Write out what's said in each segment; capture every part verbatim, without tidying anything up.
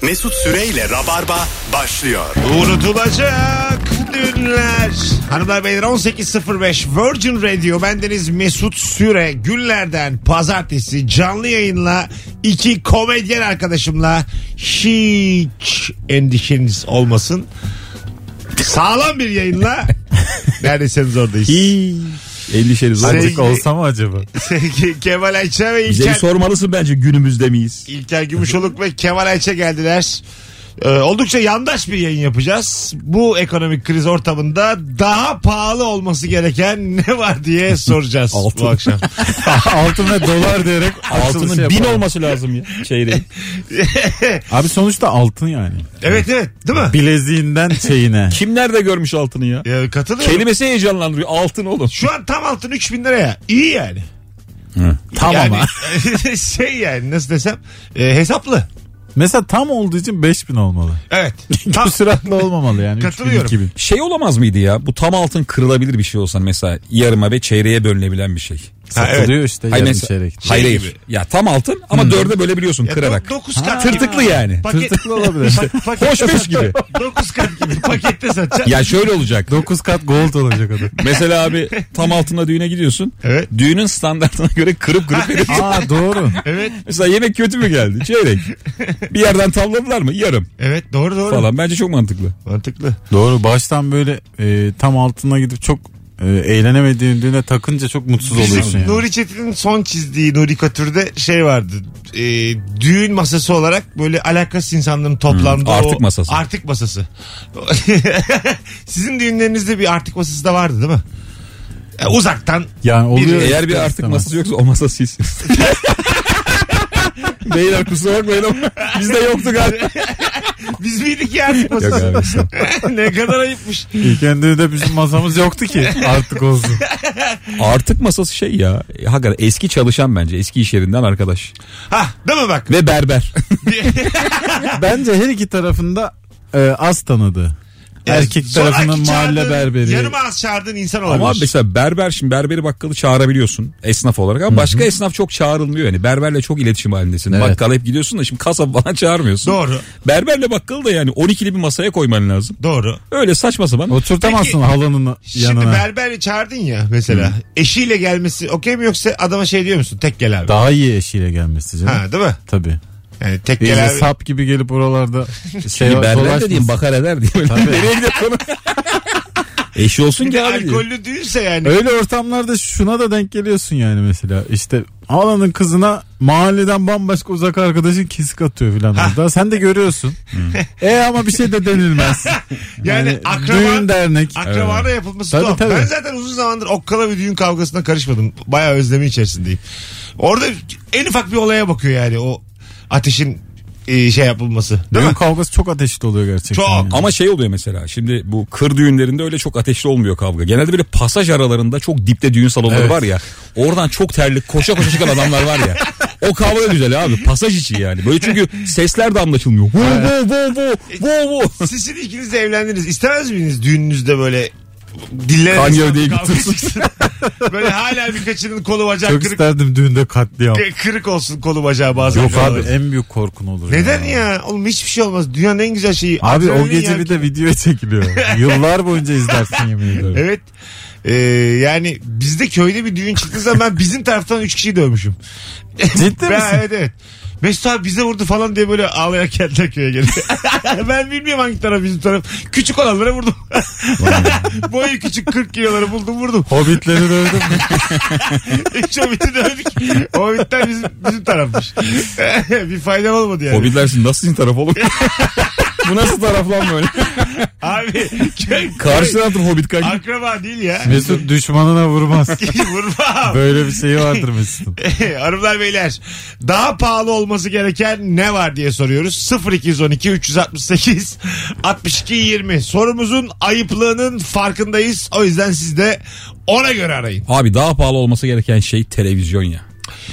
Mesut Süreyle Rabarba başlıyor. Unutulacak dünler. Hanımlar beyler on sekiz sıfır beş Virgin Radio, bendeniz Mesut Süre. Günlerden pazartesi canlı yayınla iki komedyen arkadaşımla, hiç endişeniz olmasın, sağlam bir yayınla neredesiniz oradayız. Endişeniz Sevgili- olsa mı acaba? Sevgili Kemal Ayça ve Bize bir İlker, sormalısın bence, günümüzde miyiz? İlker Gümüşoluk ve Kemal Ayça geldiler. Ee, oldukça yandaş bir yayın yapacağız. Bu ekonomik kriz ortamında daha pahalı olması gereken ne var diye soracağız Altın. bu akşam. Altın ve dolar diyerek altının bin olması lazım ya çeyreğin. Abi sonuçta altın yani. Evet evet, değil mi? Bileziğinden şeyine. Kim nerede görmüş altını ya? Ya, katılıyorum. Kelimesi heyecanlandırıyor. Altın oğlum. Şu an tam altın üç bin liraya. İyi yani. Tam yani, ama. şey yani nasıl desem, e, hesaplı. Mesela tam olduğu için beş bin olmalı. Evet. Tam, Küsuratlı olmamalı yani. Katılıyorum. üç bin, iki bin. Şey olamaz mıydı ya? Bu tam altın kırılabilir bir şey olsa, mesela yarıma ve çeyreğe bölünebilen bir şey. Ha, evet. Satılıyor işte Hayır, yarım mesela- çeyrek. hayır hayır. gibi. Ya tam altın ama dörde bölebiliyorsun Ya, kırarak. do- dokuz kat Tırtıklı gibi. yani. Paket, Tırtıklı olabilir. pa- paket- Hoş beş gibi. dokuz kat gibi pakette satacağım. Ya şöyle olacak. dokuz kat gold olacak adam. Mesela abi tam altına düğüne gidiyorsun. Evet. Düğünün standartına göre kırıp kırıp veriyorsun. Aa doğru. Evet. Mesela yemek kötü mü geldi? Çeyrek. Bir yerden tavladılar mı? Yarım Evet, doğru doğru. falan. Bence çok mantıklı. Mantıklı. Doğru, baştan böyle e, tam altına gidip çok e, eğlenemediğin düğüne takınca çok mutsuz oluyorsun Bizim yani. Nuri Çetin'in son çizdiği Nuri Katür'de şey vardı. E, düğün masası olarak böyle alakasız insanların toplandığı Hmm, artık o masası. artık masası. Sizin düğünlerinizde bir artık masası da vardı değil mi? E, uzaktan. Yani oluyor. Bir- Eğer bir ister artık istemez. masası yoksa o masa sizsiniz. Beyler kusura bakmayın ama bizde yoktu galiba. Biz miydik ya artık Yok masası? abi. Ne kadar ayıpmış. İlk düğünde bizim masamız yoktu ki artık olsun. Artık masası şey ya. Hakikaten eski çalışan bence. Eski iş yerinden arkadaş. Ha, değil mi bak? Ve berber. Bence her iki tarafında e, az tanıdı. Erkek Zoraki tarafının mahalle çağırdığın, berberi. yarım ağız çağırdığın insan olabilir. Ama mesela berber, şimdi berberi bakkalı çağırabiliyorsun esnaf olarak ama başka esnaf çok çağrılmıyor yani. Berberle çok iletişim halindesin. Evet. Bakkala hep gidiyorsun da şimdi kasap falan çağırmıyorsun. Doğru. Berberle bakkalı da yani on ikili bir masaya koyman lazım. Doğru. Öyle saçma sapan. Oturtamazsın Peki, halının Şimdi yanına. berberi çağırdın ya mesela. Eşiyle gelmesi okey mi, yoksa adama şey diyor musun? Tek gel abi. Daha iyi eşiyle gelmesi canım. Ha, değil mi? Tabii. Yani tek İyice gel abi. sap gibi gelip oralarda şey Bir berber dolaşmasın. de diyeyim, bakar eder diyeyim. Tabii. Nereye gidiyor konu? Eşi olsun Bir ki de abi diyor. alkollü değilse yani. Öyle ortamlarda şuna da denk geliyorsun yani mesela. İşte halanın kızına mahalleden bambaşka uzak arkadaşın kesik atıyor filan orada. Sen de görüyorsun. e ama bir şey de denilmez. Yani akraba- düğün dernek. Akrabana yapılması Tabii, tuhaf. tabii. Ben zaten uzun zamandır okkala bir düğün kavgasına karışmadım. Bayağı özlemi içerisindeyim. Orada en ufak bir olaya bakıyor yani o ateşin e, şey yapılması. Değil Düğün mi? kavgası çok ateşli oluyor gerçekten. Çok. yani. Ama şey oluyor mesela, şimdi bu kır düğünlerinde öyle çok ateşli olmuyor kavga. Genelde böyle pasaj aralarında çok dipte düğün salonları Evet. var ya. Oradan çok terlik koşa koşa çıkan adamlar var ya. O kavga güzel abi. Pasaj içi yani. Böyle çünkü sesler de anlaşılmıyor. Vu vu vu vu vu vu. Siz şimdi ikiniz de evlendiniz. İstemez miydiniz düğününüzde böyle dillere Kan hesabı gövdeyi kavga götürsün. çıksın? Böyle hala birkaçının kolu bacak Çok kırık, isterdim düğünde katliam. kırık olsun kolu bacağı bazen. Yok abi, en büyük korkun olur. Neden ya? Oğlum hiçbir şey olmaz. Dünyanın en güzel şeyi. Abi o Adrenalin gece ya. bir de video çekiliyor. Yıllar boyunca izlersin yemin ediyorum. Evet. Ee, yani bizde köyde bir düğün çıktığı zaman ben bizim taraftan üç kişiyi dövmüşüm. Ciddi Ben- misin? Evet evet. Mesut abi bize vurdu falan diye böyle ağlayarak geldiler köye geri. Ben bilmiyorum hangi taraf bizim taraf. Küçük olanlara vurdum. Boyu küçük kırk kiloları buldum vurdum. Hobbitleri dövdün mü? Üç Hobbit'i dövdük. Hobbitler bizim, bizim tarafmış. Bir faydam olmadı yani. Hobbitler sizin nasıl sizin taraf oğlum? Bu nasıl taraf lan böyle? Abi köy, Karşı taraftır Hobbit kanki. akraba değil ya. Mesut düşmanına vurmaz. Vurma. Böyle bir şeyi vardır Mesut'un. Hanımlar beyler, daha pahalı olması gereken ne var diye soruyoruz. sıfır iki on iki üç altı sekiz altmış iki yirmi. Sorumuzun ayıplığının farkındayız. O yüzden siz de ona göre arayın. Abi daha pahalı olması gereken şey televizyon ya.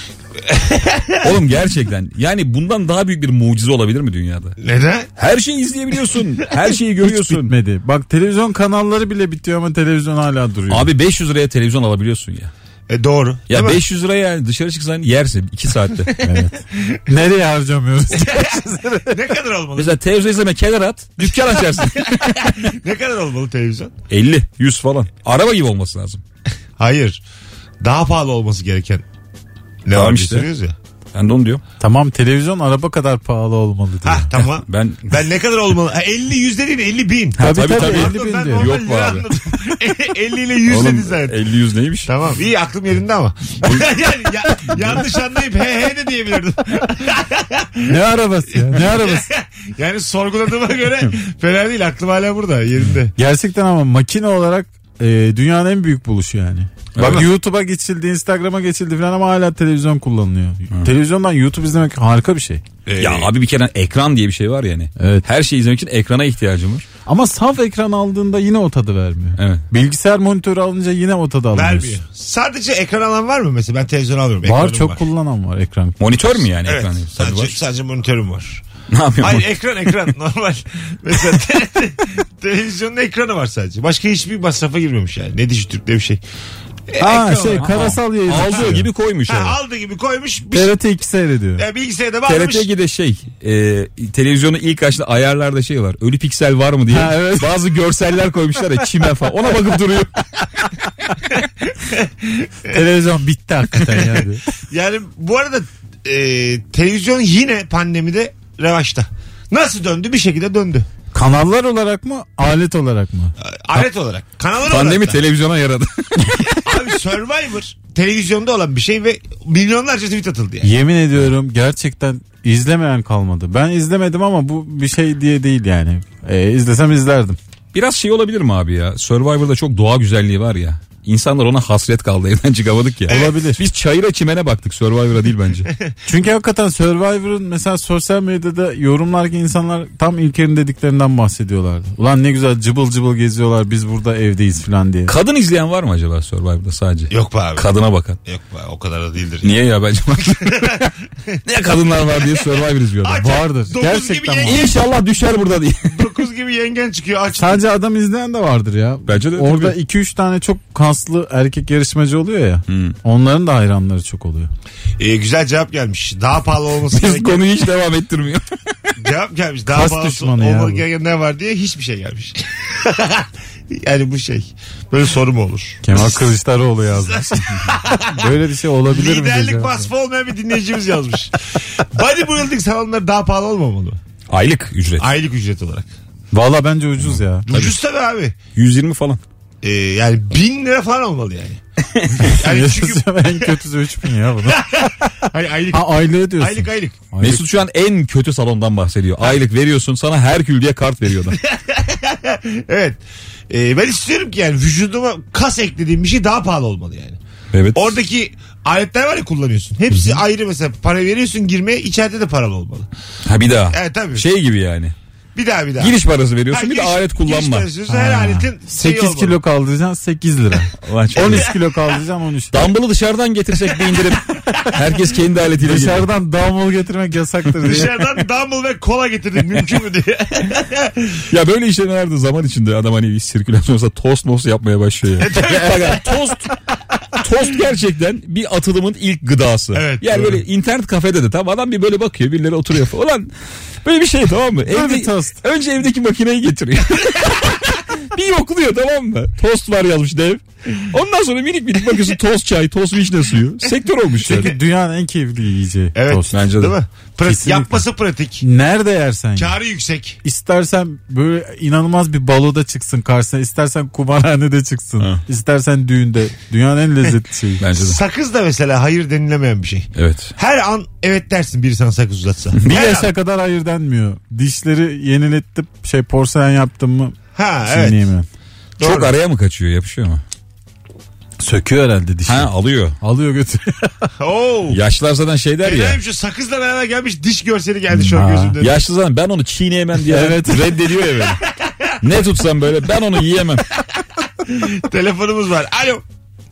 Oğlum gerçekten yani bundan daha büyük bir mucize olabilir mi dünyada? Neden? Her şeyi izleyebiliyorsun. Her şeyi Hiç görüyorsun. bitmedi. Bak televizyon kanalları bile bitiyor ama televizyon hala duruyor. Abi beş yüz liraya televizyon alabiliyorsun ya. E doğru. Ya Değil mi? beş yüz liraya yani dışarı çıksan yersin iki saatte. Evet. Nereye harcamıyoruz? Ne kadar olmalı? Mesela televizyon izleme kenara at dükkan açarsın. Ne kadar olmalı televizyon? elli yüz falan. Araba gibi olması lazım. Hayır. Daha pahalı olması gereken ne Tamam var diye işte. soruyoruz ya. Ben de onu diyorum. Tamam, televizyon araba kadar pahalı olmalı diyor. Ha tamam. Ben Ben ne kadar olmalı? Ha, elli yüz dediğin elli bin. Tabii tabii, tabii, tabii. elli Pardon, ben bin diyor. normal Yok bu lira abi. anladım. elli ile yüz Oğlum, dedi zaten. elli yüz neymiş? Tamam iyi aklım yerinde ama. yani, ya, yanlış anlayıp he he de diyebilirdim. Ne arabası ya? Ne arabası? Yani sorguladığıma göre fena değil, aklım hala burada yerinde. Gerçekten ama makine olarak e, dünyanın en büyük buluşu yani. Bak Evet. YouTube'a geçildi, Instagram'a geçildi falan ama hala televizyon kullanılıyor. Televizyondan YouTube izlemek harika bir şey. Ee, Ya abi bir kere ekran diye bir şey var yani. Evet. Her şeyi izlemek için ekrana ihtiyacım var. Ama saf ekran aldığında yine o tadı vermiyor. Evet. Bilgisayar monitörü alınca yine o tadı almıyorsun. vermiyor. Sadece ekran alan var mı mesela? Ben televizyon alıyorum. Var, ekranım çok kullanan var ekran. Monitör mü yani Evet. ekran? Tabii Sadece, var. sadece monitörüm var. Ne yapıyorsun? Hayır ekran ekran normal. Mesela te- te- televizyonun ekranı var sadece. Başka hiçbir masrafa girmemiş yani. Ne Dijitürk ne bir şey. E, Ha ekran şey var. karasal yayın. Aldığı gibi koymuş Ha, yani. aldığı gibi koymuş. Bir T R T iki seyrediyor. şey, bilgisayarda T R bağlamış. T ikide şey e, televizyonun ilk açtığı ayarlarda şey var. Ölü piksel var mı diye. Ha, evet. Bazı görseller koymuşlar ya çime falan. Ona bakıp duruyor. Televizyon bitti hakikaten yani. Yani bu arada e, televizyon yine pandemide revaçta. Nasıl döndü? Bir şekilde döndü. Kanallar olarak mı, alet olarak mı? Alet olarak. Kanallar Pandemi olarak da. televizyona yaradı. Abi Survivor televizyonda olan bir şey ve milyonlarca tweet atıldı yani. Yemin ediyorum gerçekten izlemeyen kalmadı. Ben izlemedim ama bu bir şey diye değil yani. Ee, izlesem izlerdim. Biraz şey olabilir mi abi ya? Survivor'da çok doğa güzelliği var ya. İnsanlar ona hasret kaldı, evden çıkamadık ya. Olabilir. Biz çayıra çimene baktık, Survivor'a değil bence. Çünkü hakikaten Survivor'ın mesela sosyal medyada yorumlarken insanlar tam İlker'in dediklerinden bahsediyorlardı. Ulan ne güzel cıbıl cıbıl geziyorlar, biz burada evdeyiz falan diye. Kadın izleyen var mı acaba Survivor'da sadece? Yok be abi. Kadına bakan. Yok be o kadar da değildir. Niye ya bence bak. Ne kadınlar var diye Survivor izliyor adam. Aç- Vardır. Dokuz Gerçekten gibi var. yayın- İnşallah düşer burada diye. dokuz gibi yengen çıkıyor aç. Sadece adam izleyen de vardır ya. Bence de Orada tabii. iki üç tane çok kaslı erkek yarışmacı oluyor ya. Hmm. Onların da hayranları çok oluyor. Ee, güzel cevap gelmiş. Daha pahalı olması Biz gereken konuyu hiç devam ettirmiyor. cevap gelmiş. Daha Kas pahalı düşmanı ya olması bu. gereken ne var diye hiçbir şey gelmiş. Yani bu şey. Böyle soru mu olur? Kemal Kılıçdaroğlu yazmış. Böyle bir şey olabilir mi? Liderlik diyeceğim. vasfı olmayan bir dinleyicimiz yazmış. Bodybuilding salonları daha pahalı olmamalı mı? Aylık ücret. Aylık ücret olarak. Valla bence ucuz ya. Ucuz tabii abi. yüz yirmi falan. Ee, yani bin lira falan olmalı yani. Yani çünkü en kötüsü üç bin ya bunu. hani aylık, Ha, aylığı diyorsun. aylık aylık. Aylık. Mesut şu an en kötü salondan bahsediyor. Aylık veriyorsun, sana Herkül diye kart veriyor da. Evet. Ee, ben istiyorum ki yani vücuduma kas eklediğim bir şey daha pahalı olmalı yani. Evet. Oradaki aletler var ya kullanıyorsun. Hepsi ayrı mesela para veriyorsun girmeye, içeride de paralı olmalı. Ha bir daha. Evet tabii. Şey gibi yani. Bir daha bir daha. Giriş parası veriyorsun, Ha, bir de giriş- alet kullanma. Giriş parası, her aletin şeyi sekiz olmalı. kilo kaldıracaksın sekiz lira. Ulan çok on iyi. üç kilo kaldıracaksın on üç lira. Dumbbell'ı dışarıdan getirsek bir indirim. Herkes kendi aletiyle geliyor. Dışarıdan dumbbell getirmek yasaktır diye. Dışarıdan dumbbell ve kola getirdik mümkün mü diye. Ya böyle işlemlerde zaman içinde adam hani bir sirkülasyonsa tost most yapmaya başlıyor ya. Fakat tost tost gerçekten bir atılımın ilk gıdası. Evet, yani doğru. böyle internet kafede de tamam adam bir böyle bakıyor, birileri oturuyor falan. Ulan böyle bir şey tamam mı? Böyle bir tost. Önce evdeki makineyi getiriyor. Bir yokluyor tamam mı? Tost var yazmış dev. Ondan sonra minik minik bakıyorsun tost çay, tost vişne suyu. Sektör olmuş yani. Çünkü dünyanın en keyifli yiyeceği Evet. tost. Bence de. Değil mi? Pratik, Kesinlikle. yapması pratik. Nerede yersen ye. Karı yüksek. İstersen böyle inanılmaz bir baloda çıksın karşısına, istersen kumarhanede çıksın, Ha. istersen düğünde. Dünyanın en lezzetli şeyi. Bence de. Sakız da mesela hayır denilemeyen bir şey. Evet. Her an evet dersin biri sana sakız uzatsa. Bir Her yaşa an. kadar hayır denmiyor. Dişleri yenilettim, şey porselen yaptım mı Ha evet. çiğneyemem. Doğru. Çok araya mı kaçıyor, yapışıyor mu? Söküyor herhalde dişi. Ha alıyor. Alıyor götürüyor. Oo. Yaşlılar zaten şey der ya. Benim şu sakızla beraber gelmiş diş görseli geldi şu an Ha. gözümde. Yaşlı zaten ben onu çiğneyemem diye Evet. reddediyor ya beni. Ne tutsam böyle ben onu yiyemem. Telefonumuz var. Alo.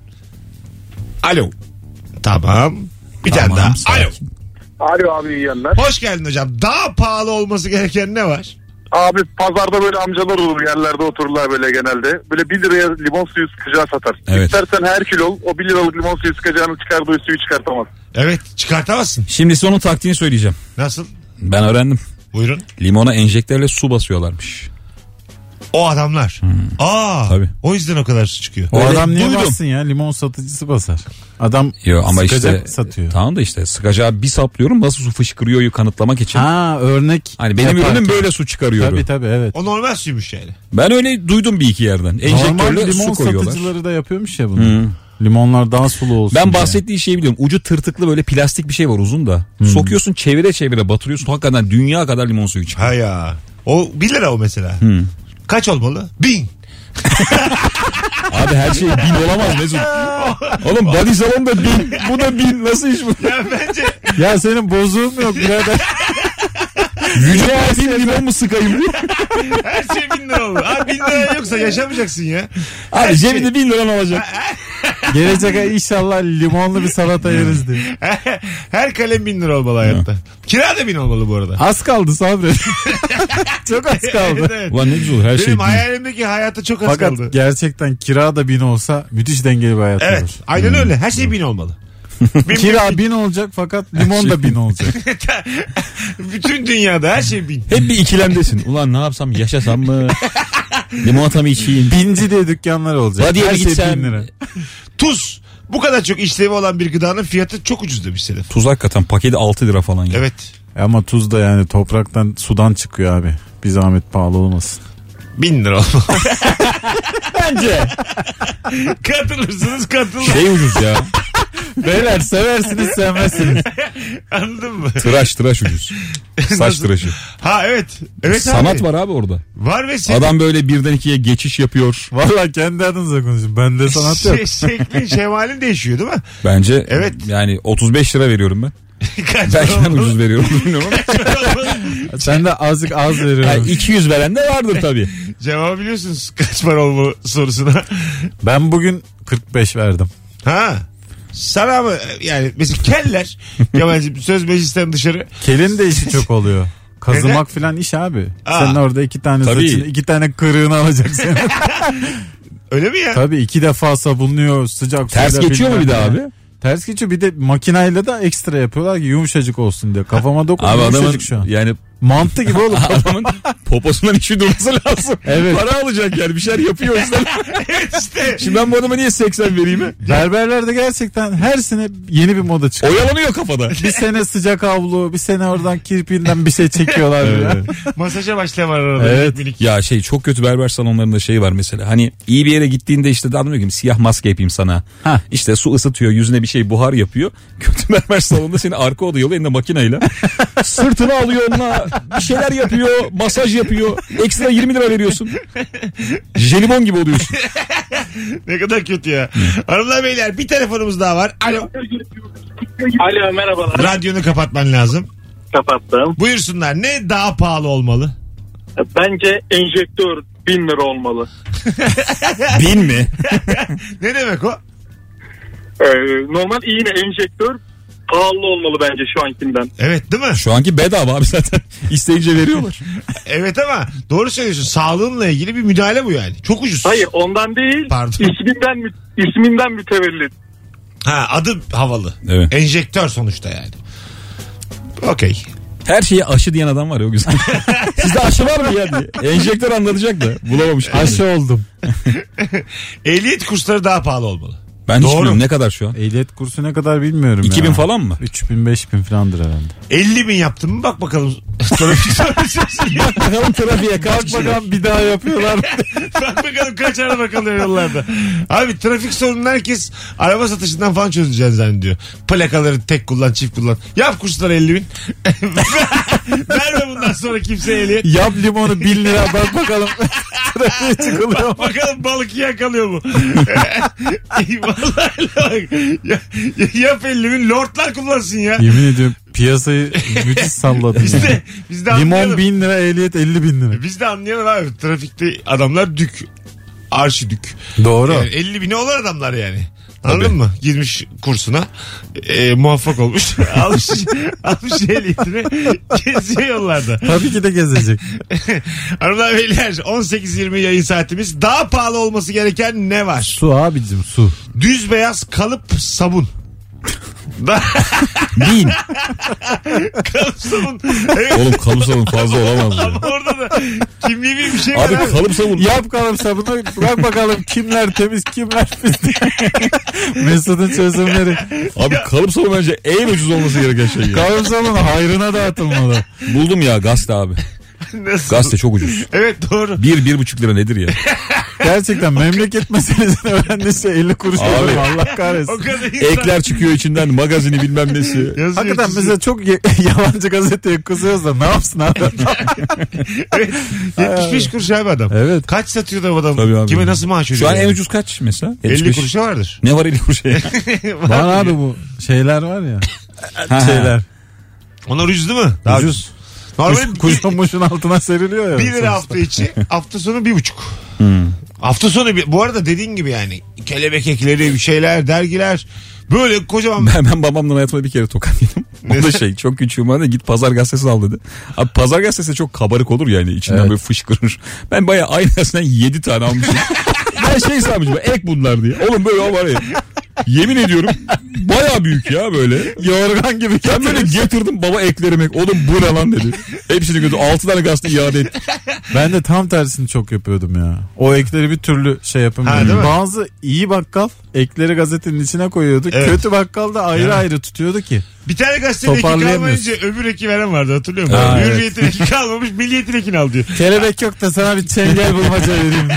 Alo. Tamam. Bir tane Tamam, daha. sakin. Alo. Alo abi iyi yayınlar. Hoş geldin hocam. Daha pahalı olması gereken ne var? Abi pazarda böyle amcalar olur, yerlerde otururlar böyle genelde. Böyle bir liraya limon suyu sıkacağı satar. Evet. İstersen her kilo o bir liralık limon suyu sıkacağını çıkardığı suyu çıkartamaz. Evet, çıkartamazsın. Şimdi size onun taktiğini söyleyeceğim. Nasıl? Ben öğrendim. Buyurun. Limona enjektörle su basıyorlarmış. O adamlar. Hmm. Aa. Tabii. O yüzden o kadar su çıkıyor. O Öyle adam niye duydum. bassın ya? Limon satıcısı basar. Adam Yo, ama sıkacak işte satıyor. Tamam da işte sıkacağı bir saplıyorum nasıl su fışkırıyor'yu kanıtlamak için. Ha, örnek. Hani benim yaparken. ürünüm böyle su çıkarıyor. Tabii tabii, evet. O normal suymuş yani. Ben öyle duydum bir iki yerden. Normal Enjektörle limon su koyuyorlar. satıcıları da yapıyormuş ya bunu. Hmm. Limonlar daha sulu olsun Ben diye. bahsettiği şeyi biliyorum. Ucu tırtıklı böyle plastik bir şey var uzun da. Hmm. Sokuyorsun çevire çevire batırıyorsun. Hakikaten dünya kadar limon suyu çıkıyor. Ha ya. O bir lira o mesela. Hmm. Kaç olmalı? Bin. Abi her şey bin olamaz Mesut. Oğlum body salon da bin. Bu da bin. Nasıl iş bu? Ya bence. Ya senin bozuğun mu yok birader? Vücut bin limon mu sıkayım diye. Her şey bin lira olur. Abi bin lira yoksa yaşamayacaksın ya. Abi cebinde bin liran olacak. Gelecek ay inşallah limonlu bir salata yeriz diye. Her kalem bin lira olmalı hayatta. Kira da bin olmalı bu arada. Az kaldı sabret. Çok az kaldı. Evet, evet. Ulan ne güzel her Benim şey bin. hayalimdeki hayata çok az Fakat kaldı. gerçekten kira da bin olsa müthiş dengeli bir hayat Evet. olur. Aynen öyle. Her şey bin olmalı. Bin, Kira bin, bin olacak fakat limon da bin olacak. Bütün dünyada her şey bin. Hep bir ikilemdesin. Ulan ne yapsam yaşasam mı? Limonata mı içeyim? Binci diye dükkanlar olacak. Body'ye Her mi şey gitsem? bin lira. Tuz. Bu kadar çok işlevi olan bir gıdanın fiyatı çok ucuz demiş Sedef. Tuz hakikaten paketi altı lira falan ya. Evet. Ama tuz da yani topraktan sudan çıkıyor abi. Bir zahmet pahalı olmasın. Bin lira olmalı. Bence. Katılırsınız katılın. Şey ucuz ya. Beyler seversiniz sevmezsiniz. Anladın mı? Tıraş tıraş ucuz. Saç Nasıl? tıraşı. Ha evet. Evet Sanat abi. var abi orada. Var ve senin Adam böyle birden ikiye geçiş yapıyor. Valla kendi adınıza konuşun. Bende sanat yok. şey, şeklin şemalin değişiyor değil mi? Bence Evet. yani otuz beş lira veriyorum ben. Kaç Belki para ben olmalı? ucuz veriyorum bilmiyorum ama. Sen de azıcık az veriyorsun. Yani iki yüz veren de vardır tabii. Cevabı biliyorsunuz kaç para olmalı sorusuna. Ben bugün kırk beş verdim. Ha. Sana mı yani mesela keller Kemal'cim söz meclisten dışarı Kelin de işi çok oluyor. Kazımak filan iş abi. Aa. Sen orada iki tane Tabii. saçını, iki tane kırığını alacaksın. öyle mi ya? Tabii iki defa sabunluyor sıcak. Ters suyla geçiyor mu bilmem bir de ne. abi? Ters geçiyor, bir de makinayla da ekstra yapıyorlar ki yumuşacık olsun diye. Kafama dokun, Abi adamın yumuşacık şu an. yani Mantı gibi oğlum. adamın poposundan işi durması lazım. Evet. Para alacak yani bir şeyler yapıyor o yüzden. Evet işte. Şimdi ben bu adama niye seksen vereyim mi? Berberlerde gerçekten her sene yeni bir moda çıkıyor. Oyalanıyor kafada. Bir sene sıcak havlu, bir sene oradan kirpiğinden bir şey çekiyorlar. böyle. Masaja başlayan var arada. Evet. minik minik. Ya şey çok kötü berber salonlarında şey var mesela. Hani iyi bir yere gittiğinde işte adam diyor ki siyah maske yapayım sana. Hah. İşte su ısıtıyor yüzüne bir şey buhar yapıyor. Kötü berber salonunda seni arka odaya yolluyor elinde makineyle. Sırtını alıyor onunla bir şeyler yapıyor. Masaj yapıyor. Ekstra yirmi lira veriyorsun. Jelibon gibi oluyorsun. Ne kadar kötü ya. Hanımlar beyler bir telefonumuz daha var. Alo. Alo merhabalar. Radyonu kapatman lazım. Kapattım. Buyursunlar. Ne daha pahalı olmalı? Bence enjektör bin lira olmalı. Bin mi? Ne demek o? Ee, normal iğne enjektör pahalı olmalı bence şu ankinden. Evet değil mi? Şu anki bedava abi zaten. İsteyince veriyorlar. Evet ama doğru söylüyorsun. Sağlığınla ilgili bir müdahale bu yani. Çok ucuz. Hayır ondan değil. Pardon. İsminden mü- isminden mütevellit. Ha adı havalı. Evet. Enjektör sonuçta yani. Okey. Her şeye aşı diyen adam var ya o güzel. Sizde aşı var mı ya diye. Enjektör anlatacak da bulamamış. Aşı oldum. Ehliyet kursları daha pahalı olmalı. Ben hiç Doğru. bilmiyorum ne kadar şu an. Ehliyet kursu ne kadar bilmiyorum iki bin ya. falan mı? üç bin beş bin falandır herhalde. elli bin yaptın mı? Bak bakalım. Trafik soruşturması. Bakalım trafiğe kaç Bak kişi var? bakalım bir daha yapıyorlar. Bak bakalım kaç araba kalıyor yollarda. Abi trafik sorununu herkes araba satışından falan çözeceğini zannediyor. Plakaları tek kullan çift kullan. Yap kurslara elli bin. Verme bundan sonra kimseye ehliyet. Yap limonu bin lira bak bakalım. Trafiğe çıkılıyor mu? Bakalım balık yakalıyor mu? Vallahi bak. Ya, yap elli bin lordlar kullansın ya. Yemin ediyorum piyasayı müthiş salladım. Biz ya. de, biz de anlayalım. Limon bin lira, ehliyet elli bin lira. Biz de anlayalım abi. Trafikte adamlar dük. Arşidük. Doğru. Yani elli bini olur adamlar yani. Anladın Tabii. mı? Girmiş kursuna. E, muvaffak olmuş. almış, almış ehliyetini. Geziyor yollarda. Tabii ki de gezecek. Hanımlar beyler on sekiz yirmi yayın saatimiz. Daha pahalı olması gereken ne var? Su abicim su. Düz beyaz kalıp sabun. Da- Bin. kalıp sabun. Evet. Oğlum kalıp sabun fazla olamaz ya. Ama orada da kimliği bir şey var Abi abi. kalıp sabun. Yap kalıp sabunu bak bakalım kimler temiz kimler pis. Mesut'un çözümleri. Abi kalıp sabun bence en ucuz olması gereken şey ya. Kalıp sabunu hayrına dağıtılmalı. Buldum ya gazete abi. Nasıl? Gazete çok ucuz. Evet doğru. Bir, bir buçuk lira nedir ya? Gerçekten memleket meselesini öğrendiyse elli kuruş Abi. olur mu? Allah O kahretsin. kadar insan. Ekler çıkıyor içinden magazini bilmem nesi. Yazıyor, Hakikaten çiziyor. mesela çok ye- yabancı gazeteye kızıyoruz da ne yapsın abi? Evet. yetmiş beş kuruş abi adam. Evet. Kaç satıyor da adam? Tabii abi. Kime nasıl maaş ödüyor? Şu an en yani? ucuz kaç mesela? elli yetmiş beş. kuruşa vardır. Ne var elli kuruşa ya? Var abi bu şeyler var ya. Ha. şeyler. Onlar ucuz değil mi? Daha Ucuz. Normal Kuşun muşun altına seriliyor ya. bir lira sonuçta. hafta içi, hafta sonu bir buçuk. Hmm. Hafta sonu bir, bu arada dediğin gibi yani kelebek ekleri, bir şeyler, dergiler böyle kocaman. Ben, ben babamdan hayatımda bir kere tokat yedim. O da şey çok küçüğüm hani git pazar gazetesi al dedi. Abi pazar gazetesi çok kabarık olur yani içinden Evet. böyle fışkırır. Ben bayağı aynısından yedi tane almışım. Ben şey sanmışım ek bunlar diye. Oğlum böyle o var ya. Yemin ediyorum bayağı büyük ya böyle. Yorgan gibi. Ben böyle getirdim baba eklerimi. Oğlum bu ne lan dedi. Hepsini götürdü. Altı tane gazete iade etti. Ben de tam tersini çok yapıyordum ya. O ekleri bir türlü şey Ha, yapamıyordum. değil mi? Bazı iyi bakkal ekleri gazetenin içine koyuyordu. Evet. Kötü bakkal da ayrı Ya. ayrı tutuyordu ki. Bir tane gazetede eki Toparlayamıyorsun. kalmayınca öbür eki veren vardı hatırlıyor musun? Ha, evet. Hürriyet'in eki kalmamış, Milliyet'in ekini al diyor. Kelebek yok da sana bir çengel bulmaca vereyim.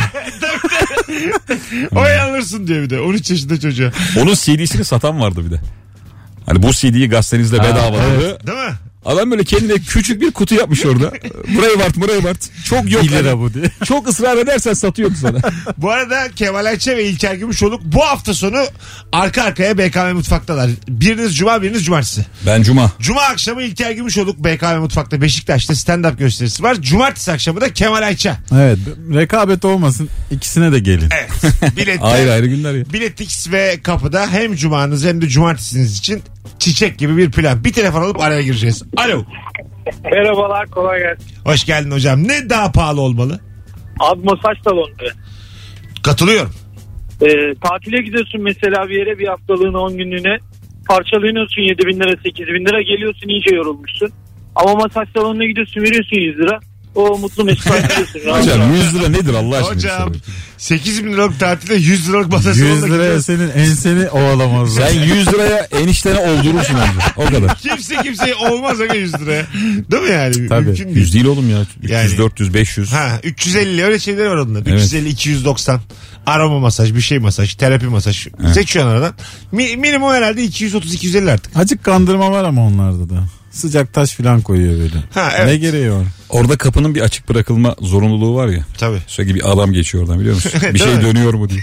O alırsın diyor bir de on üç yaşında çocuğa. Onun C D'sini satan vardı bir de. Hani bu C D'yi gazetenizde bedava dedi. Değil mi? Adam böyle kendine küçük bir kutu yapmış orada. Burayı vart burayı vart. Çok yok. bir lira hani. bu diye. Çok ısrar edersen satıyordu sana. Bu arada Kemal Ayça ve İlker Gümüşoluk bu hafta sonu arka arkaya B K M Mutfak'talar. Biriniz cuma, biriniz cumartesi. Ben Cuma. Cuma akşamı İlker Gümüşoluk B K M Mutfak'ta Beşiktaş'ta stand-up gösterisi var. Cumartesi akşamı da Kemal Ayça. Evet, rekabet olmasın, ikisine de gelin. Evet. Biletler, Ayrı ayrı günler ya. Biletix ve kapıda hem cumanız hem de cumartesiniz için çiçek gibi bir plan. Bir telefon alıp araya gireceğiz. Alo. Merhabalar, kolay gelsin. Hoş geldin hocam. Ne daha pahalı olmalı? Abi masaj salonu. Katılıyorum. Ee, tatile gidiyorsun mesela bir yere, bir haftalığına on günlüğüne. Parçalanıyorsun yedi bin lira sekiz bin lira, geliyorsun iyice yorulmuşsun. Ama masaj salonuna gidiyorsun, veriyorsun yüz lira. O mutlu mesut ayrılıyorsun. Hocam yüz lira nedir Allah aşkına? Hocam sekiz bin liralık tatilde yüz liralık masaj salonuna yüz liraya gidiyorsun. senin enseni ovalamazlar. Sen yüz liraya eniştene oldurursun önce. O kadar. Kimse kimseye olmaz aga yüz liraya. Değil mi yani? Tabii. Mümkün değil. Yüz değil oğlum ya. üç yüz, Yani- dört yüz, beş yüz. Ha üç yüz elli öyle şeyler var onların. Evet. üç yüz elli, iki yüz doksan. Aroma masaj, bir şey masaj, terapi masaj. Seçiyorsun aradan. Mi- minimum herhalde iki yüz otuz iki yüz elli artık. Acık kandırma var ama onlarda da. Sıcak taş falan koyuyor böyle. Ha, evet. Ne gereği var? Orada kapının bir açık bırakılma zorunluluğu var ya. Tabii. Sürekli bir adam geçiyor oradan biliyor musun? Bir Değil şey mi? dönüyor mu diye.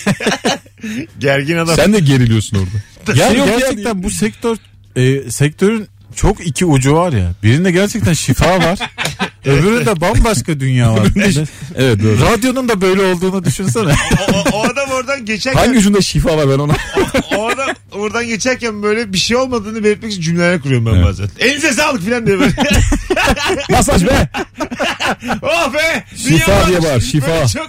Gergin adam. Sen de geriliyorsun orada. Yani Yok ya gerçekten bu sektör e, sektörün çok iki ucu var ya. Birinde gerçekten şifa var. Öbüründe bambaşka dünya var. Evet doğru. Radyonun da böyle olduğunu düşünsene. o, o, o adam oradan geçerken Hangi ucunda şifa var ben ona? o adam oradan geçerken böyle bir şey olmadığını belirtmek için cümleler kuruyorum ben Evet. bazen. Elinize sağlık filan diye böyle. Masaj be. Oh be. Şifa dünya diye varmış. bağır, şifa. Böyle çok...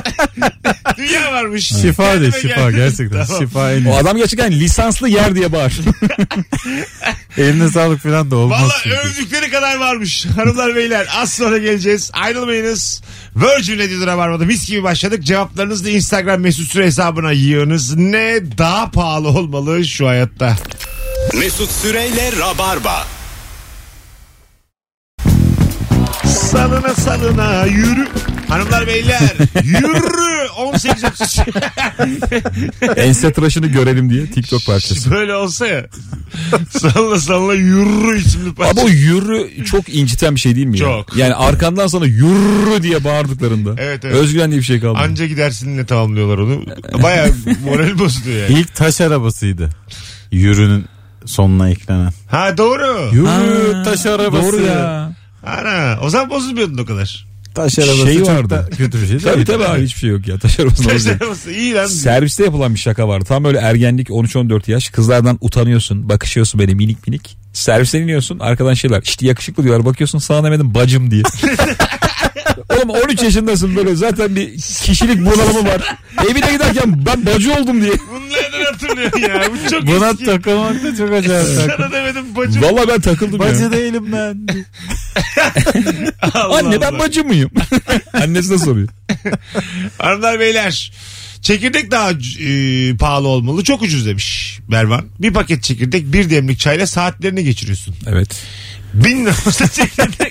dünya varmış. Şifa de Kendime şifa geldim. gerçekten. Tamam. Şifa en iyi. O adam gerçekten lisanslı yer diye bağır. Eline sağlık falan da olmaz. Valla çünkü. övdükleri kadar varmış. Hanımlar beyler az sonra geleceğiz. Ayrılmayınız. Virgin Radio'da varmadı. Mis gibi başladık. Cevaplarınızı da Instagram mesut süre hesabına yığınız. Ne daha pahalı olmalı şu hayatta? Mesut Süreyle Rabarba. Salına salına yürü. Hanımlar beyler yürü. on sekiz otuz. Ense tıraşını görelim diye TikTok parçası. Böyle olsa ya. Salına salına yürü isimli parça. Abi o yürü çok inciten bir şey değil mi ya? Çok. Yani arkandan sana yürü diye bağırdıklarında. Evet, evet. Özgüven diye bir şey kalmadı. Anca gidersinle tamamlıyorlar onu. Baya moral bozuluyor yani. İlk taş arabasıydı. Yürünün sonuna eklenen. Ha doğru. Yürü taş arabası. Doğru ya. Ana, o zaman bozulmuyordun o kadar. Taş arabası Şey çok vardı. da kötü bir şey değil. Tabii tabii abi hiçbir şey yok ya. Taş arabasında Taş olacak. arabası iyi lan. Serviste yapılan bir şaka var. Tam öyle ergenlik on üç on dört yaş. Kızlardan utanıyorsun. Bakışıyorsun böyle minik minik. Servisten iniyorsun. Arkadan şeyler. İşte yakışıklı diyorlar. Bakıyorsun sana demedim bacım diye. Oğlum on üç yaşındasın böyle. Zaten bir kişilik bunalımı var. Evine giderken ben bacı oldum diye. Bunlardan hatırlıyorsun ya. Bu çok Buna eski. takılmak da çok acayip. Sana demedim bacım. Vallahi ben takıldım Bacı ya. değilim ben. Allah Anne ben Allah. bacı mıyım? Annesi de soruyor. Hanımlar beyler. Çekirdek daha e, pahalı olmalı. Çok ucuz demiş Bervan. Bir paket çekirdek bir demlik çayla saatlerini geçiriyorsun. Evet. Bin lira olsa çekirdek.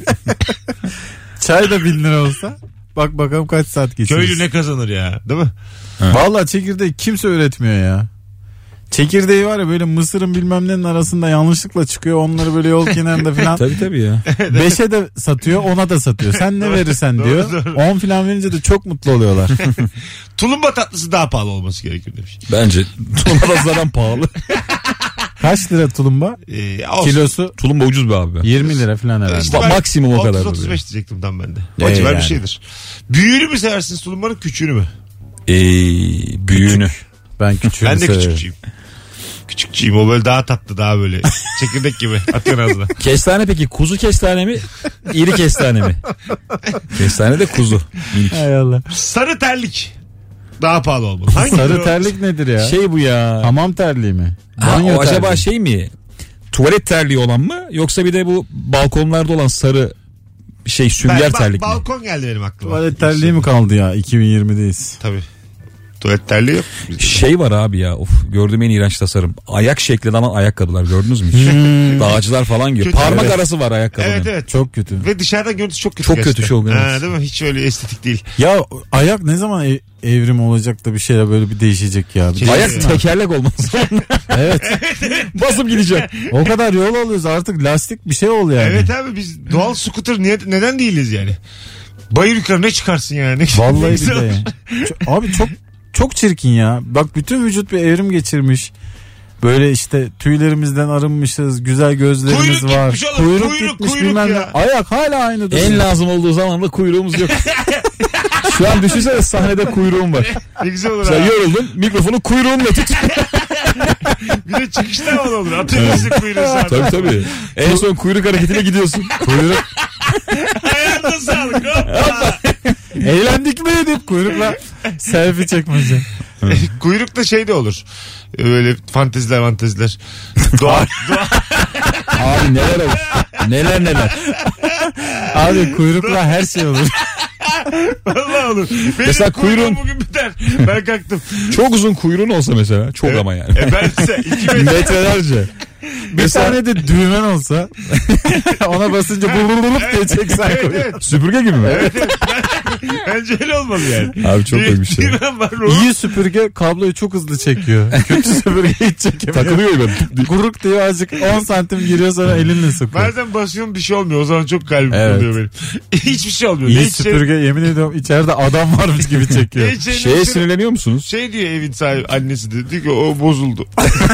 Çay da bin lira olsa. Bak bakalım kaç saat geçiyoruz. Köylü ne kazanır ya değil mi? Vallahi çekirdeği kimse üretmiyor ya. Çekirdeği var ya böyle mısırın bilmem nenin arasında yanlışlıkla çıkıyor. Onları böyle yol kenarında falan. Tabii tabii ya. Beşe de satıyor, ona da satıyor. Sen ne verirsen doğru, diyor. doğru. On falan verince de çok mutlu oluyorlar. Tulumba tatlısı daha pahalı olması gerekiyor demiş. Bence tulumba zaten pahalı. Kaç lira tulumba? Ee, olsun. Kilosu Tulumba ucuz be abi. yirmi lira falan herhalde. İşte Ma- ben maksimum o kadar otuz otuz beş diyecektim tam ben de. O Ee, civar bir yani. şeydir. Büyüğünü mü seversiniz tulumbanın küçüğünü mü? Ee, büyüğünü. Ben küçüğünü Ben de severim. küçükçüyüm. Küçükçüyüm o böyle daha tatlı daha böyle çekirdek gibi atıyorsun ağzına. Kestane peki kuzu kestane mi? İri kestane mi? Kestane de kuzu. Minik. Hay Allah. Sarı terlik daha pahalı olmalı. Hangi Sarı terlik nedir ya? Şey bu ya. Hamam terliği mi? Ha, Banyo o acaba terliği. şey mi? Tuvalet terliği olan mı? Yoksa bir de bu balkonlarda olan sarı şey sünger Ben- ba- terlik mi? balkon geldi benim aklıma. Tuvalet terliği mi kaldı ya? iki bin yirmideyiz. Tabii. Tuvalet terliği yok. Şey var abi ya. Of, gördüğüm en iğrenç tasarım. Ayak şeklinde ama ayakkabılar gördünüz mü hiç? Dağcılar falan giyiyor. Kötü, Parmak evet. arası var ayakkabının. Evet evet. Çok kötü. Ve dışarıdan görüntüsü çok kötü. Çok kötü gerçekten. çok, evet. Ha, değil mi? Hiç öyle estetik değil. Ya ayak ne zaman ev- evrim olacak da bir şeyler böyle bir değişecek ya. Bir Kesin. Ayak Evet. tekerlek olması. Evet. Basıp gideceğim. O kadar yol alıyoruz artık lastik bir şey ol yani. Evet abi biz doğal scooter niye, neden değiliz yani? Bayır yukarı ne çıkarsın yani? Vallahi Güzel bir de. olur. Çok- Abi çok çok çirkin ya. Bak bütün vücut bir evrim geçirmiş. Böyle işte tüylerimizden arınmışız. Güzel gözlerimiz Kuyruk var. gitmiş oğlum, Kuyruk, kuyruk, gitmiş kuyruk bilmem ya. ne. Ayak hala aynı duruyor. En lazım olduğu zaman da kuyruğumuz yok. Şu an düşünsene sahnede kuyruğum var. Ne güzel olur Sen ha. yoruldun mikrofonu kuyruğunla tut. Bir de çıkışta havalı olur. Atıyorsun kuyruğu sağdan. Tabii tabii. En son kuyruk hareketiyle gidiyorsun. Kuyruk. Ayağına sağlık. Hoppa. Eğlendik mi edip kuyrukla selfie çekmece. Kuyruk da şey de olur. Böyle fanteziler fanteziler. Doğa, doğa, Abi neler olur. Neler neler. Abi kuyrukla her şey olur. vallahi olur. Benim Mesela kuyruğum kuyruğun- bugün biter. Ben kalktım. Çok uzun kuyruğun olsa mesela. Çok Evet. ama yani. E ben mesela iki metre. Metrelerce. Bir tane de düğmen olsa ona basınca bulurulup diye çeksen Evet kuyruğu. evet. Süpürge gibi mi? Evet, evet. Ben- Bence öyle olmalı yani. Abi çok iyi bir şey. Düğmen var. o- İyi süpürge kabloyu çok hızlı çekiyor. Kötü süpürge hiç çekemiyor. Takılıyor böyle. Kuruk diye azıcık on santim giriyor sonra elinle sokuyor. Bazen basıyorum bir şey olmuyor. O zaman çok kalbim Evet. oluyor benim. Hiçbir şey olmuyor. İyi Ne içeri- süpürge yemin ediyorum içeride adam varmış gibi ne çekiyor. içeri- ne Şeye içeri- sinirleniyor musunuz? Şey diyor evin sahibi annesi de diyor ki o bozuldu.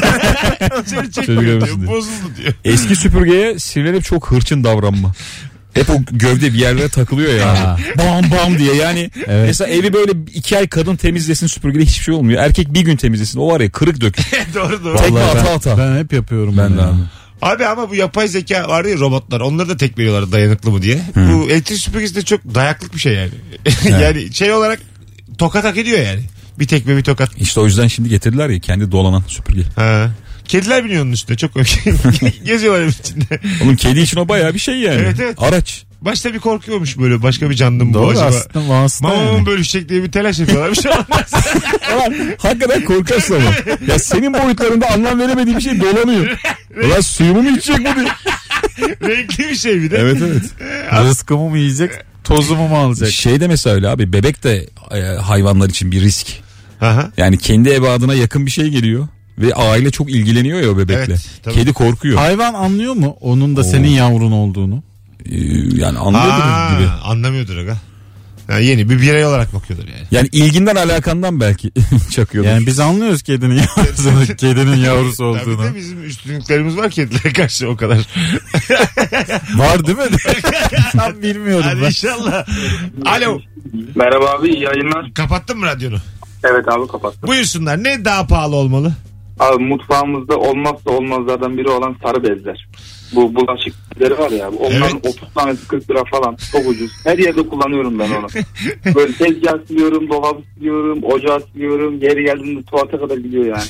İçeri çekmiyor Çocuk diyor. arasında. Bozuldu diyor. Eski süpürgeye sinirlenip çok hırçın davranma. Hep o gövde bir yerlere takılıyor ya. Ha. Bam bam diye yani. Evet. Mesela evi böyle iki ay kadın temizlesin süpürgede hiçbir şey olmuyor. Erkek bir gün temizlesin. O var ya kırık dökük. Doğru doğru. Tekme Vallahi ata ben, ata. ben hep yapıyorum Ben bunu de ya. abi. Abi ama bu yapay zeka var ya robotlar onları da tekmeliyorlar dayanıklı mı diye. Bu elektrik süpürgesi de çok dayaklık bir şey yani. Yani şey olarak tokat hak ediyor yani. Bir tekme bir tokat. İşte o yüzden şimdi getirdiler ya kendi dolanan süpürge. Ha. Kediler biniyor onun üstüne çok komik. Geziyorlar evin içinde. Oğlum kedi için o bayağı bir şey yani. Evet, evet. Araç. Başta bir korkuyormuş böyle başka bir canlı mı bu Doğru acaba? aslında vasıta Mamamın yani. bölüşecek diye bir telaş yapıyorlar. Bir şey olmaz. Ulan hakikaten korkarsın ama. Ya senin boyutlarında anlam veremediği bir şey dolanıyor. Ulan suyumu mu içecek bu diye. Renkli bir şey bir de. Evet evet. Rızkımı mı yiyecek tozumu mu alacak? Şey de mesela öyle abi bebek de e, hayvanlar için bir risk. Aha. Yani kendi evadına yakın bir şey geliyor. Ve aile çok ilgileniyor ya o bebekle. Evet, tabii. Kedi korkuyor. Hayvan anlıyor mu onun da senin yavrun olduğunu? Ee, yani anlıyordur Aa, gibi. anlamıyordur aga. Yani yeni bir birey olarak bakıyorlar yani. Yani ilginden alakandan belki çakıyorlar. Yani biz anlıyoruz kedinin yavrusunu, kedinin yavrusu Tabii olduğunu. de bizim üstünlüklerimiz var kedilere karşı o kadar. Var değil mi? Tam bilmiyorum Hadi ben. inşallah. Alo. Merhaba abi, iyi yayınlar. Kapattın mı radyonu? Evet abi, kapattım. Buyursunlar. Ne daha pahalı olmalı? Abi mutfağımızda olmazsa olmazlardan biri olan sarı bezler. Bu bulaşık bezleri var ya. Onların Evet. otuz tanesi kırk lira falan, çok ucuz. Her yerde kullanıyorum ben onu. Böyle tezgah siliyorum, dolabı siliyorum, ocağı siliyorum. Yeri geldiğinde tuvalete kadar gidiyor yani.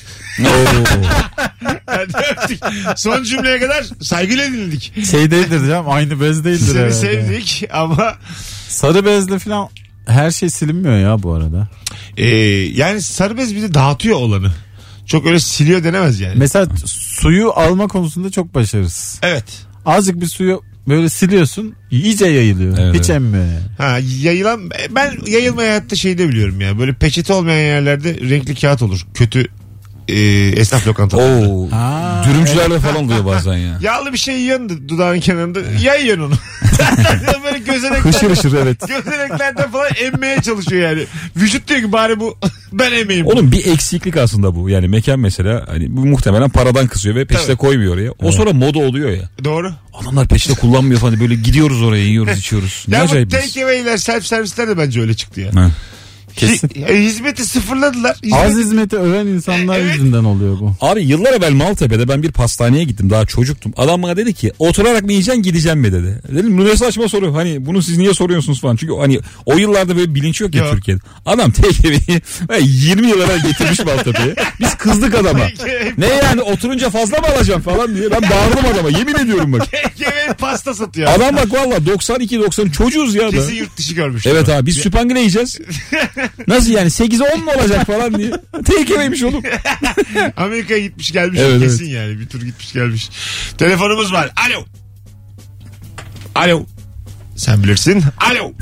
Hadi öptük. Son cümleye kadar saygıyla dinledik. Şey değildir canım, aynı bez değildir Seni herhalde. sevdik ama Sarı bezle falan her şey silinmiyor ya bu arada. e, yani sarı bez bir de dağıtıyor olanı. Çok öyle siliyor denemez yani. Mesela suyu alma konusunda çok başarısız. Evet. Azıcık bir suyu böyle siliyorsun, iyice yayılıyor. Evet, Hiç evet. emmiyor yani. Ha, yayılan ben yayılma hayatta şeyde biliyorum ya. Böyle peçete olmayan yerlerde renkli kağıt olur. Kötü e, esnaf lokantalarında. Oo. Aa, Dürümcülerle falan oluyor bazen ya. Yağlı bir şey yiyorsun da dudağın kenarında yayıyorsun onu. Böyle gözenekler, Hışır hışır evet. gözeneklerden falan emmeye çalışıyor yani. Vücut diyor ki bari bu ben emmeyim. Oğlum bir eksiklik aslında bu. Yani mekan mesela hani bu muhtemelen paradan kısıyor ve peçete Tabii. koymuyor oraya. O sonra moda oluyor ya. Doğru. Adamlar peçete kullanmıyor falan, böyle gidiyoruz oraya, yiyoruz içiyoruz. Ne Ya bu acayip biz. take away'ler, self servisler de bence öyle çıktı ya. Ha. Kesin. Hi- hizmeti sıfırladılar. Hizmet- Az hizmeti öven insanlar Evet. yüzünden oluyor bu. Abi yıllar evvel Maltepe'de ben bir pastaneye gittim, daha çocuktum. Adam bana dedi ki oturarak mı yiyeceksin gideceğim mi dedi. Dedim bu ne saçma soru, hani bunu siz niye soruyorsunuz falan. Çünkü hani o yıllarda böyle bilinç yok ya Yok. Türkiye'de. Adam take away'i yirmi yıllara getirmiş Maltepe'ye. Biz kızdık adama. Ne yani oturunca fazla mı alacağım falan diye. Ben bağırdım adama, yemin ediyorum bak. Take away pasta satıyor. Adam bak valla doksan iki doksan çocuğuz ya da. Kesin yurt dışı görmüş. Evet abi biz süpangile yiyeceğiz. Nasıl yani sekize on mu olacak falan diye. Take away'miş oğlum. Amerika'ya gitmiş gelmiş Evet, kesin yani. Bir tur gitmiş gelmiş. Telefonumuz var. Alo. Alo. Sen bilirsin. Alo.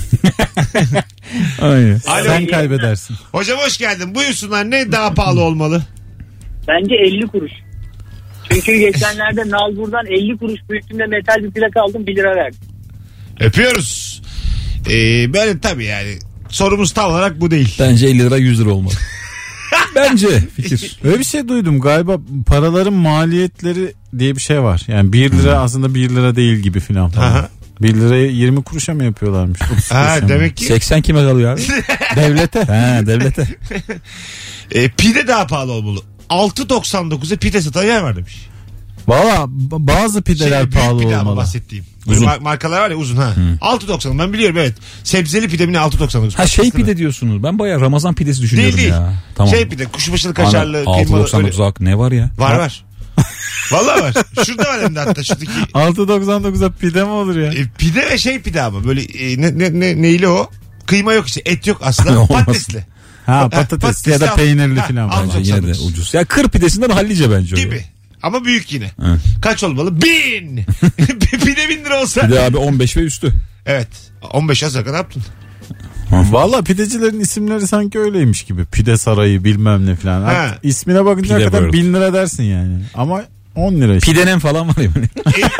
Aynen. Alo. Sen kaybedersin. Hocam hoş geldin. Buyursunlar. Ne daha pahalı olmalı? Bence elli kuruş. Çünkü geçenlerde Nalbur'dan elli kuruş büyüklüğünde metal bir plaka aldım, bir lira verdim. Öpüyoruz. Ee, böyle tabii yani. Sorumuz tam olarak bu değil. Bence elli lira yüz lira olmalı. Bence fikir. Öyle bir şey duydum galiba, paraların maliyetleri diye bir şey var. Yani bir lira aslında bir lira değil gibi filan falan. Aha. bir lirayı yirmi kuruşa mı yapıyorlarmış? otuz kuruşa Ha, mı? demek ki seksen kime kalıyor abi? Devlete. Ha devlete. e, pide daha pahalı olmalı. altı doksan dokuza pide satan yer var demiş. Valla b- bazı pideler Şey, büyük pahalı pide ama olmalı. bahsettiğim. Uzun. Uzun. Mar- markalar var ya uzun ha. altı doksan ben biliyorum evet. Sebzeli pide mi ne altı doksan dokuz. Ha şey pide diyorsunuz. Ben bayağı Ramazan pidesi düşünüyorum Değil değil. ya. Tamam. Şey pide kuşbaşılı kaşarlı altı kıymalı. doksan dokuz öyle- ak ne var ya? Var var. Vallahi var. Şurada var hem de hatta şuradaki. altı doksan dokuza pide mi olur ya? E, pide ve şey pide ama böyle e, ne, ne, ne, neyli o? Kıyma yok işte et yok aslında. Olmaz. Patatesli. Ha patates patatesli ya da al- peynirli Ha, filan. al. falan. Bence yine de ucuz. Ya kır pidesinden hallice bence o. Gibi. Ama büyük yine. Evet. Kaç olmalı? Bin. Pide bin lira olsa. Bir de abi on beş ve üstü. Evet. on beş yaz ne yaptın? Valla pidecilerin isimleri sanki öyleymiş gibi. Pide sarayı bilmem ne filan. Ha. Hatta İsmine bakınca Pide hakikaten World. bin lira dersin yani. Ama on lira işte. Pidenen falan var ya böyle.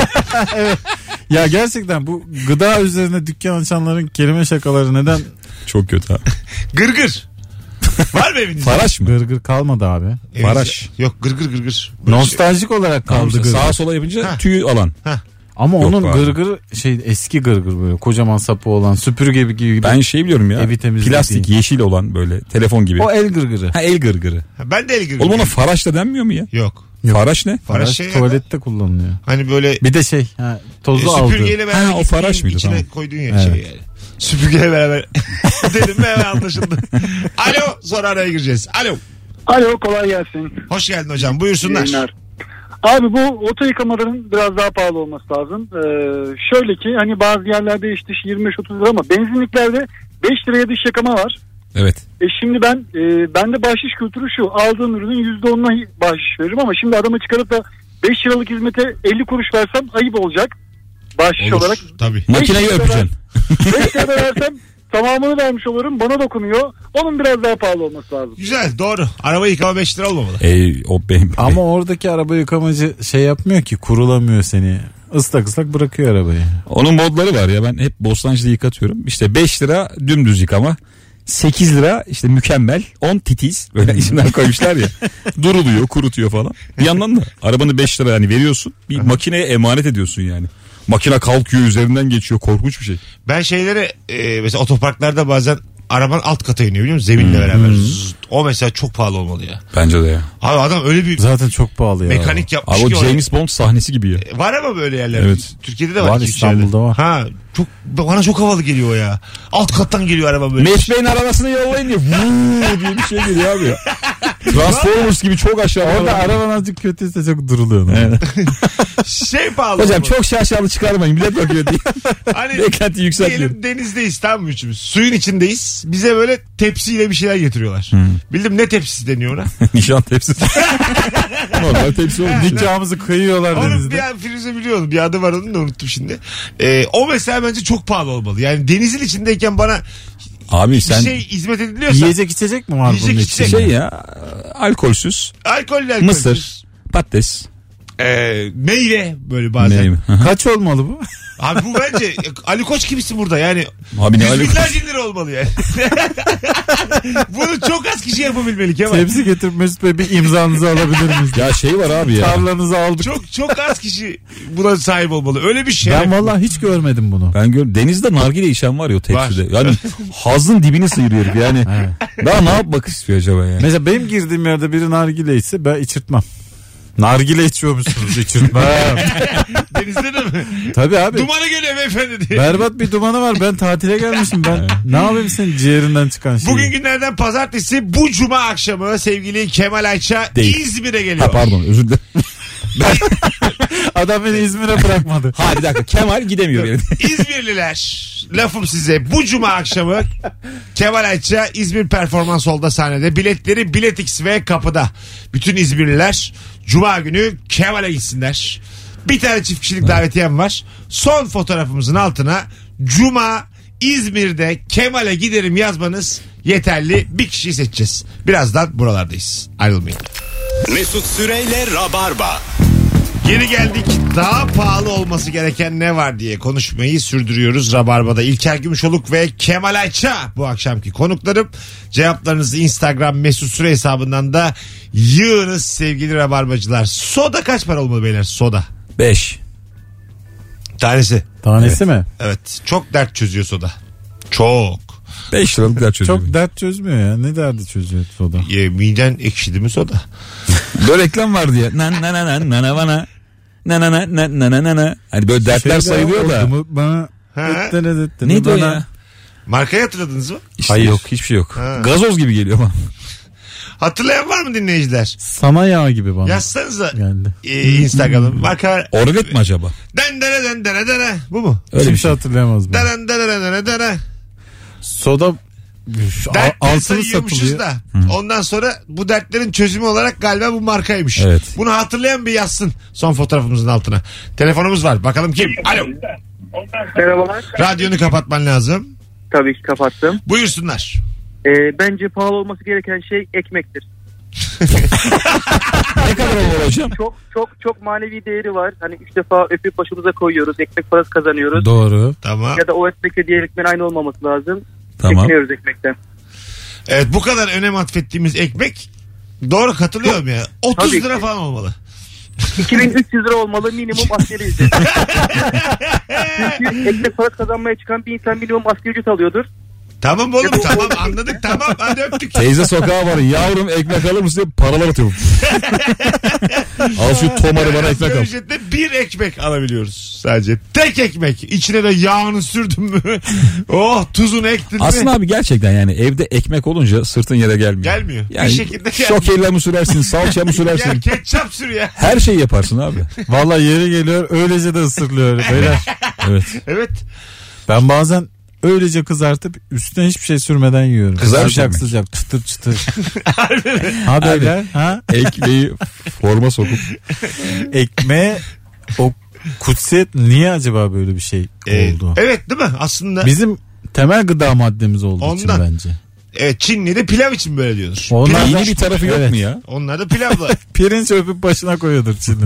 Ya gerçekten bu gıda üzerine dükkan açanların kelime şakaları neden Çok kötü abi. Gırgır. Var mı evinizde? Faraş mı? gırgır kalmadı abi? Evinizde- Faraş. Yok gırgır gırgır. Böyle Nostaljik olarak Tamam kaldı işte, gırgır. sağa sola yapınca Ha. tüy alan. Ama Yok onun abi. gırgırı şey eski gırgır böyle kocaman sapı olan süpürge gibi gibi. Ben şey biliyorum ya. Evi temizlediğin. Plastik yeşil olan böyle telefon gibi. O el gırgırı. Ha el gırgırı. şey- Ben de el gırgır. Oğlum ona faraş da denmiyor mu ya? Yok. Faraş ne? Faraş Faraş şey ya. tuvalette kullanılıyor. Hani böyle Bir de şey ha, e, tozu aldı. süpürgeyle beraber Ha, o gittiğin faraş mıydı? içine Tamam. koyduğun ya Evet. şey yani. Süpürgeyle beraber dedim mi hemen anlaşıldı. Alo sonra araya gireceğiz. Alo. Alo, kolay gelsin. Hoş geldin hocam buyursunlar. Yayınlar. Abi bu oto yıkamaların biraz daha pahalı olması lazım. Ee, şöyle ki hani bazı yerlerde iş dışı yirmi beş otuz lira ama benzinliklerde beş liraya dış yakama var. Evet. E şimdi ben e, bende bahşiş kültürü şu, aldığım ürünün yüzde onuna bahşiş veririm ama şimdi adamı çıkarıp da beş liralık hizmete elli kuruş versem ayıp olacak bahşiş Olur. olarak. Tabii. Makineyi beş lira öpeceksin. beş lira versem tamamını vermiş olurum, bana dokunuyor. Onun biraz daha pahalı olması lazım. Güzel doğru. Araba yıkama beş lira olmamalı. Ey o benim. Ama oradaki araba yıkamacı şey yapmıyor ki, kurulamıyor seni. Islak ıslak bırakıyor arabayı. Onun modları var ya, ben hep Bostancı'da yıkatıyorum. İşte beş lira dümdüz yıkama. sekiz lira işte mükemmel. on titiz. Böyle isimler koymuşlar ya. Duruluyor, kurutuyor falan. Bir yandan da arabanı beş lira yani veriyorsun. Bir makineye emanet ediyorsun yani. Makine kalkıyor, üzerinden geçiyor. Korkunç bir şey. Ben şeyleri e, mesela otoparklarda bazen arabanın alt kata iniyor biliyor musun? Zeminle Hmm. beraber. Zzz. O mesela çok pahalı olmalı ya. Bence de ya. Abi adam öyle bir Zaten çok pahalı ya. mekanik yapmış Abi o ki oraya. James Bond sahnesi gibi ya. Var ama böyle yerler. Evet. Türkiye'de de var. Var, iki üç İstanbul'da yerde. var. Ha, çok bana çok havalı geliyor ya. Alt kattan geliyor araba böyle. Mesleğin arabasını yollayın diye vuuu diye bir şey geliyor abi ya. Transformers gibi çok aşağı. Orada araban azıcık kötüyse çok duruluyor. Evet. Şey pahalı. Hocam ama. çok şaşalı çıkarmayın, millet bakıyor diye. Hani Beklenti yükseltiyor. diyelim denizdeyiz tamam mı üçümüz? Suyun içindeyiz. Bize böyle tepsiyle bir şeyler getiriyorlar. Bildim ne tepsisi deniyor ona? Nişan tepsisi. Normal tepsi oldu. Nikahımızı kıyıyorlar Onun denizde. bir an Firuze biliyordu. Bir adı var onun da unuttum şimdi. Ee, o mesela bence çok pahalı olmalı. Yani denizin içindeyken bana Abi bir sen şey hizmet ediliyorsa. Yiyecek içecek mi var Yiyecek bunun içecek. içinde? şey ya, alkolsüz, Alkollü alkollü. mısır, patates, Ee, meyve böyle bazen. meyve. Kaç olmalı bu? Abi bu bence Ali Koç gibisin burada yani. Abi ne Yüz Ali Koç? binlerce lira olmalı yani. Bunu çok az kişi yapabilmeli Kemal. Tepsi getirip Mesut Bey bir imzanızı alabilir miyiz? Ya şey var abi ya. Tarlanızı aldık. Çok çok az kişi buna sahip olmalı. Öyle bir şey. Ben vallahi hiç görmedim bunu. Ben gör denizde nargile içen var ya o tepside. Yani hazın dibini sıyırıyor herif yani. Daha ne yapmak istiyor acaba yani? Mesela benim girdiğim yerde biri nargile içse ben içirtmem. Nargile içiyormuşsunuz, içirtmem. Denizde de mi? Tabii abi. Dumanı geliyor beyefendi diye. Berbat bir dumanı var. Ben tatile gelmişim. Ben ne yapayım senin ciğerinden çıkan şeyi? Bugün günlerden pazartesi, bu cuma akşamı sevgili Kemal Ayça Değil. İzmir'e geliyor. Ha pardon, özür dilerim. Adam beni İzmir'e bırakmadı. Ha bir dakika, Kemal gidemiyor benim. İzmirliler, lafım size, bu cuma akşamı Kemal Ayça İzmir Performans Hall'da sahnede. Biletleri Biletix ve kapıda. Bütün İzmirliler cuma günü Kemal'e gitsinler. Bir tane çift kişilik davetiyem var. Son fotoğrafımızın altına cuma İzmir'de Kemal'e giderim yazmanız yeterli. Bir kişiyi seçeceğiz. Birazdan buralardayız. Ayrılmayın. Mesut Süreyle Rabarba. Geri geldik. Daha pahalı olması gereken ne var diye konuşmayı sürdürüyoruz Rabarba'da. İlker Gümüşoluk ve Kemal Ayça bu akşamki konuklarım. Cevaplarınızı Instagram Mesut Süre hesabından da yığınız sevgili Rabarbacılar. Soda kaç para olmalı beyler? Soda. Beş. Tanesi. Tanesi mi? Evet. Çok dert çözüyor soda. Çok. Beş liralık dert çözüyor. Çok dert çözmüyor ya. Ne derdi çözüyor soda? E, miden ekşidi mi soda? Böyle reklam vardı ya. Na na na na na na bana. Na na na na na na na na. Hani böyle dertler Şeyde sayılıyor da. oldu mu? Bana Ha? Neydi o ya? Markayı hatırladınız mı? İşte Hayır. yok, hiçbir şey yok. Ha. Gazoz gibi geliyor ama. Hatırlayan var mı dinleyiciler? Sana yağ gibi bana. Yazsanıza Geldi. e, Instagram'da. Marka Orlet mi acaba? den dene den dene dene. Bu mu? Öyle bir Kimse şey. hatırlayamaz bunu. Denen dene dene dene. Soda Üf, al- Dertleri altılı sayıyormuşuz satılıyor. da. Ondan sonra bu dertlerin çözümü olarak galiba bu markaymış. Evet. Bunu hatırlayan bir yazsın son fotoğrafımızın altına. Telefonumuz var. Bakalım kim? Alo. Merhabalar. Radyonu kapatman lazım. Tabii ki kapattım. Buyursunlar. Ee, bence pahalı olması gereken şey ekmektir. Ne kadar olur hocam? Çok çok çok manevi değeri var. Hani üç defa öpüp başımıza koyuyoruz. Ekmek parası kazanıyoruz. Doğru. Tamam. Ya da o ekmekle diğer ekmeğin aynı olmaması lazım. Tamam. Çekiniyoruz ekmekten. Evet, bu kadar önem atfettiğimiz ekmek doğru katılıyorum ya. otuz Tabii lira ki. falan olmalı. iki bin üç yüz lira olmalı minimum asgari ücret. Çünkü ekmek parası kazanmaya çıkan bir insan minimum asgari ücret alıyordur. Tamam oğlum tamam anladık tamam hadi öptük. Teyze sokağa var. Yavrum ekmek alır mısın diye paralar atıyorum. Al şu tomarı bana ekmek Asgari al. ücretle bir ekmek alabiliyoruz sadece. Tek ekmek. İçine de yağını sürdün mü? Oh tuzunu ektin mi? Aslında abi gerçekten yani evde ekmek olunca sırtın yere gelmiyor. Gelmiyor. Yani Bir şekilde gelmiyor. şokeyle mi sürersin, salça mı Ya sürersin? ketçap sür ya. Her şeyi yaparsın abi. Vallahi yeri geliyor öylece de ısırılıyor beyler. Evet. Evet. Ben bazen öylece kızartıp üstüne hiçbir şey sürmeden yiyorum. Kızarmış Sıcak ekmek. sıcak çıtır çıtır. Ha beyler ha? Ekmeği forma sokup. Ekmeğe o kutsiyet niye acaba böyle bir şey Ee, oldu? evet değil mi? Aslında Bizim temel gıda maddemiz olduğu için Ondan. bence. evet, Çinli'de pilav için böyle diyordur. Onlar İyi da, bir tarafı yok Evet. mu ya? Onlar da pilavla. Pirinç öpüp başına koyuyordur Çin'de.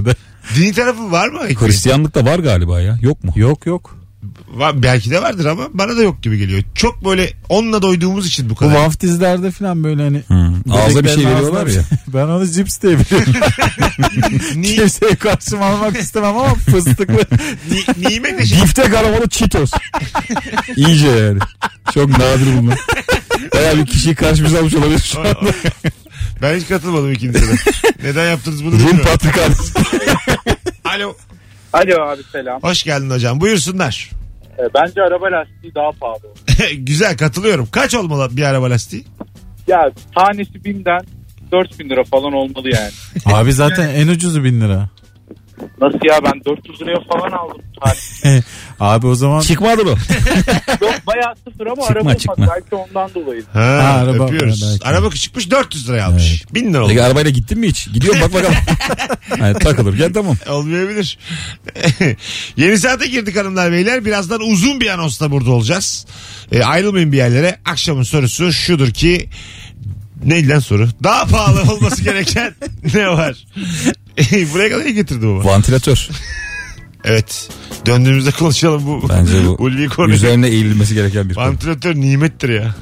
Dini tarafı var mı? Hristiyanlıkta var galiba ya. Yok mu? Yok yok. Var, belki de vardır ama bana da yok gibi geliyor. Çok böyle onunla doyduğumuz için bu Bu kadar. vaftizlerde falan böyle hani. Hmm. Ağza bir şey bebeklerin veriyorlar ağzına- ya. Ben onu cips diye biliyorum. Ni- Kimseye karşıma almak istemem ama fıstıklı. ni- nimet eşit. Biftek aromalı Cheetos. İyice yani. Çok nadir bunlar. Bayağı bir kişiyi karşımıza almış olabilir şu an. Ben hiç katılmadım ikinize de. Neden yaptınız bunu Rum bilmiyorum. patrikanesi. Alo. Alo abi selam. Hoş geldin hocam. Buyursunlar. Bence araba lastiği daha pahalı. Güzel, katılıyorum. Kaç olmalı bir araba lastiği? Ya tanesi binden dört bin lira falan olmalı yani. Abi zaten en ucuzu bin lira. Nasıl ya, ben dört yüz liraya falan aldım tanesi. Abi o zaman Çıkmadı mı? Yok bayağı sıfır ama Çıkma, araba çıkma. ufak, belki ondan dolayı. Ha, Ha, araba- öpüyoruz. belki. Araba çıkmış dört yüz liraya almış. Bin lira oldu. Peki arabayla gittin mi hiç? Gidiyorum bak bakalım. Yani takılırken tamam. Olmayabilir. Yeni saate girdik hanımlar beyler. Birazdan uzun bir anonsla burada olacağız. E, ayrılmayın bir yerlere. Akşamın sorusu şudur ki, neydi lan soru? Daha pahalı olması gereken ne var? Buraya kadar iyi getirdim ama. Vantilatör. Evet. Döndüğümüzde konuşalım bu. Bence bu ulvi konuyu. üzerine eğilmesi gereken bir konu. Vantilatör nimettir ya.